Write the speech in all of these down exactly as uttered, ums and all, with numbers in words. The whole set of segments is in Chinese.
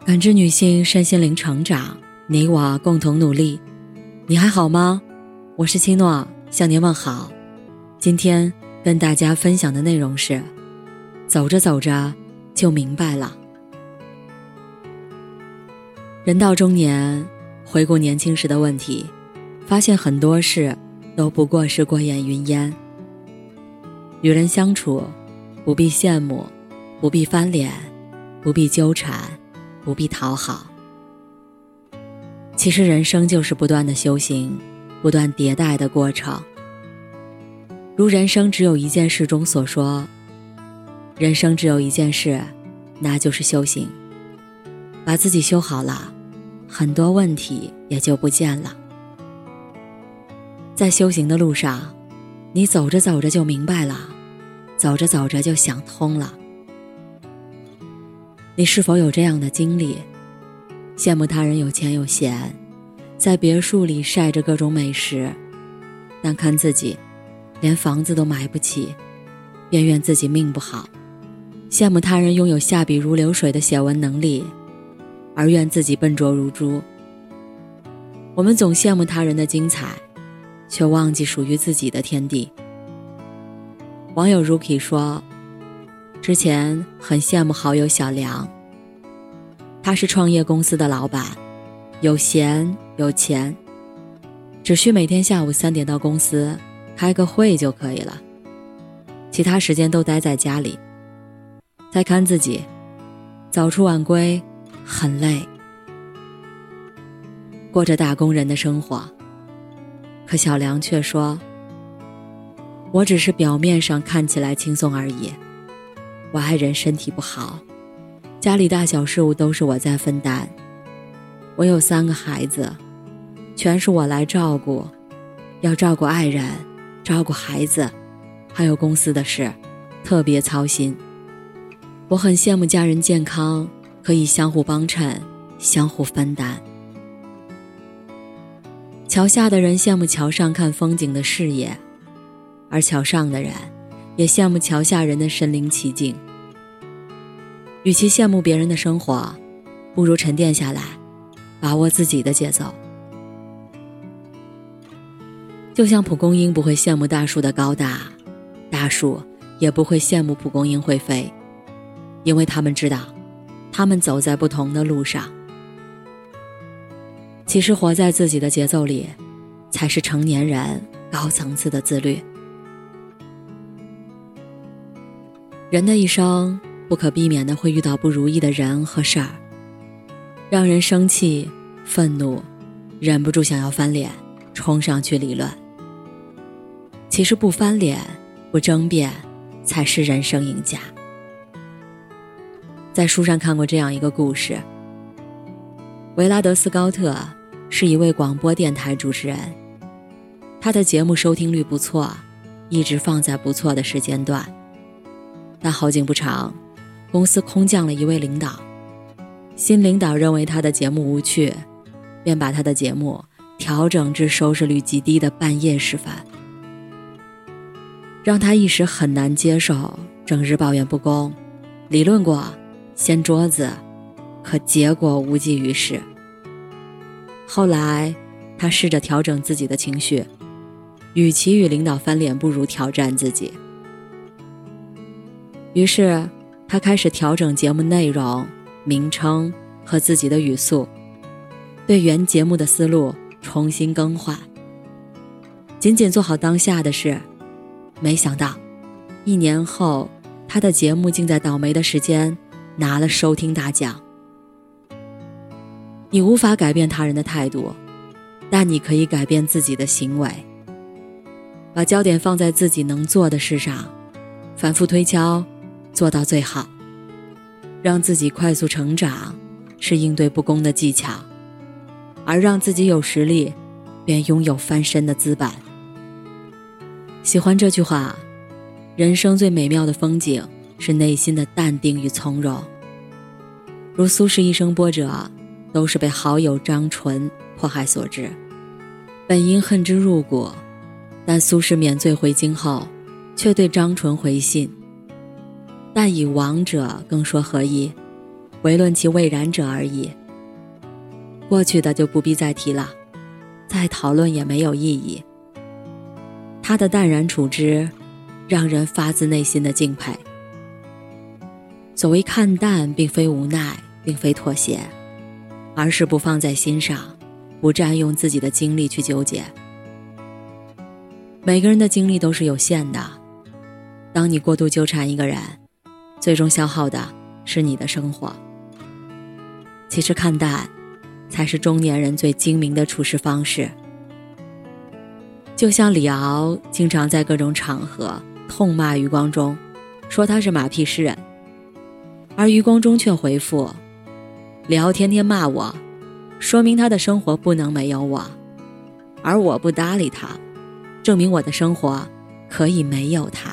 感知女性身心灵成长，你我共同努力。你还好吗？我是七诺，向您问好。今天跟大家分享的内容是，走着走着就明白了。人到中年，回顾年轻时的问题，发现很多事都不过是过眼云烟。与人相处，不必羡慕，不必翻脸，不必纠缠，不必讨好。其实人生就是不断的修行，不断迭代的过程。如人生只有一件事中所说，人生只有一件事，那就是修行。把自己修好了，很多问题也就不见了。在修行的路上，你走着走着就明白了，走着走着就想通了。你是否有这样的经历？羡慕他人有钱有闲，在别墅里晒着各种美食，但看自己连房子都买不起，便怨自己命不好。羡慕他人拥有下笔如流水的写文能力，而怨自己笨拙如猪。我们总羡慕他人的精彩，却忘记属于自己的天地。网友 Rookie 说，之前很羡慕好友小梁，他是创业公司的老板，有闲有钱，只需每天下午三点到公司开个会就可以了，其他时间都待在家里。再看自己，早出晚归，很累，过着打工人的生活。可小梁却说，我只是表面上看起来轻松而已，我爱人身体不好，家里大小事务都是我在分担，我有三个孩子，全是我来照顾，要照顾爱人，照顾孩子，还有公司的事，特别操心。我很羡慕家人健康，可以相互帮衬，相互分担。桥下的人羡慕桥上看风景的视野，而桥上的人也羡慕桥下人的身临其境。与其羡慕别人的生活，不如沉淀下来，把握自己的节奏。就像蒲公英不会羡慕大树的高大，大树也不会羡慕蒲公英会飞，因为他们知道，他们走在不同的路上。其实活在自己的节奏里，才是成年人高层次的自律。人的一生不可避免地会遇到不如意的人和事儿，让人生气、愤怒，忍不住想要翻脸，冲上去理论。其实不翻脸、不争辩，才是人生赢家。在书上看过这样一个故事，维拉德斯高特是一位广播电台主持人，他的节目收听率不错，一直放在不错的时间段。但好景不长，公司空降了一位领导，新领导认为他的节目无趣，便把他的节目调整至收视率极低的半夜时分，让他一时很难接受，整日抱怨不公，理论过掀桌子，可结果无济于事。后来他试着调整自己的情绪，与其与领导翻脸，不如挑战自己。于是他开始调整节目内容、名称和自己的语速，对原节目的思路重新更换，仅仅做好当下的事。没想到一年后，他的节目竟在倒霉的时间拿了收听大奖。你无法改变他人的态度，但你可以改变自己的行为。把焦点放在自己能做的事上，反复推敲，做到最好。让自己快速成长，是应对不公的技巧，而让自己有实力，便拥有翻身的资本。喜欢这句话，人生最美妙的风景是内心的淡定与从容。如苏轼一生波折，都是被好友张纯迫害所致，本应恨之入骨，但苏轼免罪回京后，却对张纯回信，但以亡者更说何意， 唯论其未然者而已。过去的就不必再提了，再讨论也没有意义。他的淡然处之，让人发自内心的敬佩。所谓看淡，并非无奈，并非妥协，而是不放在心上，不占用自己的精力去纠结。每个人的精力都是有限的，当你过度纠缠一个人，最终消耗的是你的生活。其实看淡才是中年人最精明的处事方式。就像李敖经常在各种场合痛骂余光中，说他是马屁诗人，而余光中却回复，李敖天天骂我，说明他的生活不能没有我，而我不搭理他，证明我的生活可以没有他。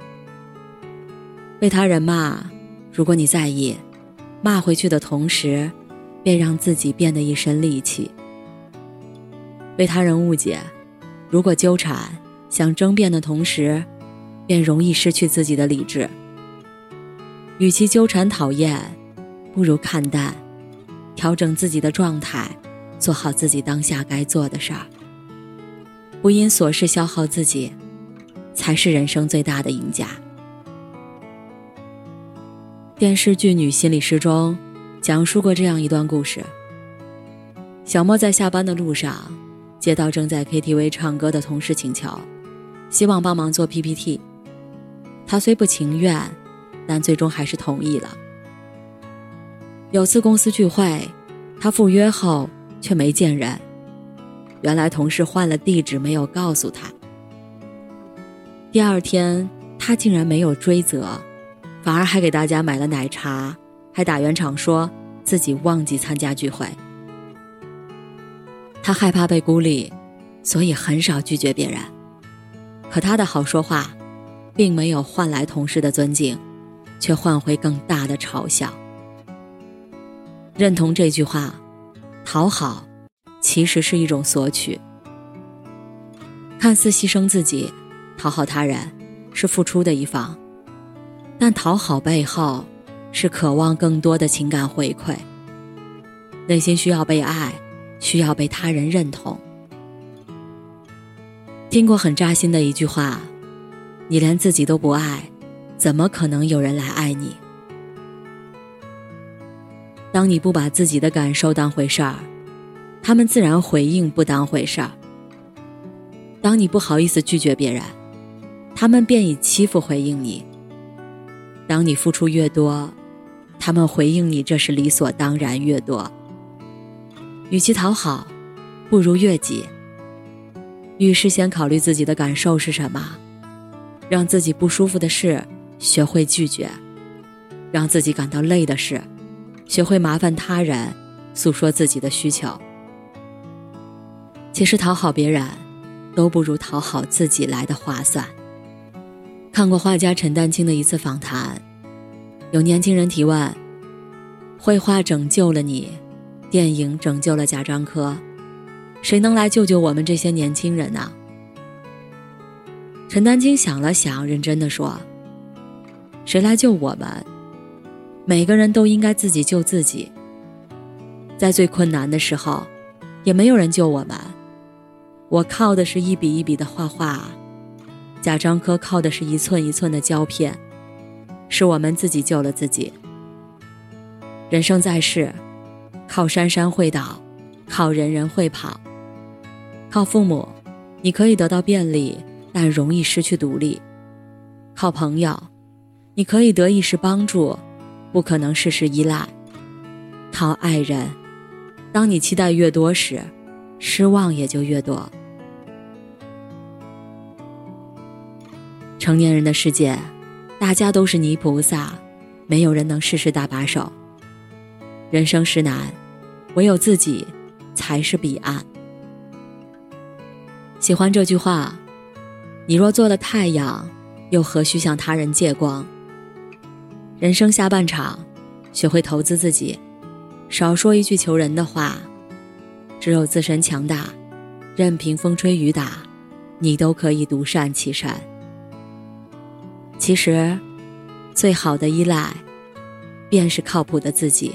被他人骂，如果你在意，骂回去的同时便让自己变得一身戾气。被他人误解，如果纠缠，想争辩的同时便容易失去自己的理智。与其纠缠讨厌，不如看淡，调整自己的状态，做好自己当下该做的事儿，不因琐事消耗自己，才是人生最大的赢家。电视剧《女心理师》中讲述过这样一段故事。小莫在下班的路上接到正在 K T V 唱歌的同事请求，希望帮忙做 P P T。 他虽不情愿，但最终还是同意了。有次公司聚会，他赴约后却没见人，原来同事换了地址没有告诉他。第二天他竟然没有追责，反而还给大家买了奶茶，还打圆场说自己忘记参加聚会。他害怕被孤立，所以很少拒绝别人。可他的好说话并没有换来同事的尊敬，却换回更大的嘲笑。认同这句话，讨好其实是一种索取。看似牺牲自己，讨好他人是付出的一方，但讨好背后是渴望更多的情感回馈，内心需要被爱，需要被他人认同。听过很扎心的一句话，你连自己都不爱，怎么可能有人来爱你？当你不把自己的感受当回事儿，他们自然回应不当回事儿。当你不好意思拒绝别人，他们便以欺负回应你。当你付出越多，他们回应你这是理所当然越多。与其讨好，不如悦己。遇事先考虑自己的感受是什么，让自己不舒服的事学会拒绝，让自己感到累的事学会麻烦他人，诉说自己的需求。其实讨好别人都不如讨好自己来的划算。看过画家陈丹青的一次访谈，有年轻人提问，绘画拯救了你，电影拯救了贾樟柯，谁能来救救我们这些年轻人呢？陈丹青想了想，认真地说，谁来救我们？每个人都应该自己救自己。在最困难的时候，也没有人救我们。我靠的是一笔一笔的画画，贾樟柯靠的是一寸一寸的胶片，是我们自己救了自己。人生在世，靠山山会倒，靠人人会跑。靠父母，你可以得到便利，但容易失去独立。靠朋友，你可以得一时帮助，不可能事事依赖。靠爱人，当你期待越多时，失望也就越多。成年人的世界，大家都是泥菩萨，没有人能事事搭把手。人生实难，唯有自己才是彼岸。喜欢这句话，你若做了太阳，又何须向他人借光？人生下半场，学会投资自己，少说一句求人的话。只有自身强大，任凭风吹雨打，你都可以独善其身。其实最好的依赖便是靠谱的自己。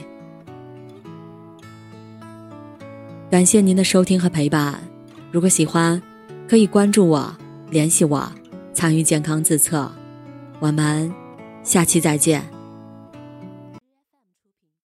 感谢您的收听和陪伴，如果喜欢，可以关注我，联系我，参与健康自测。我们下期再见。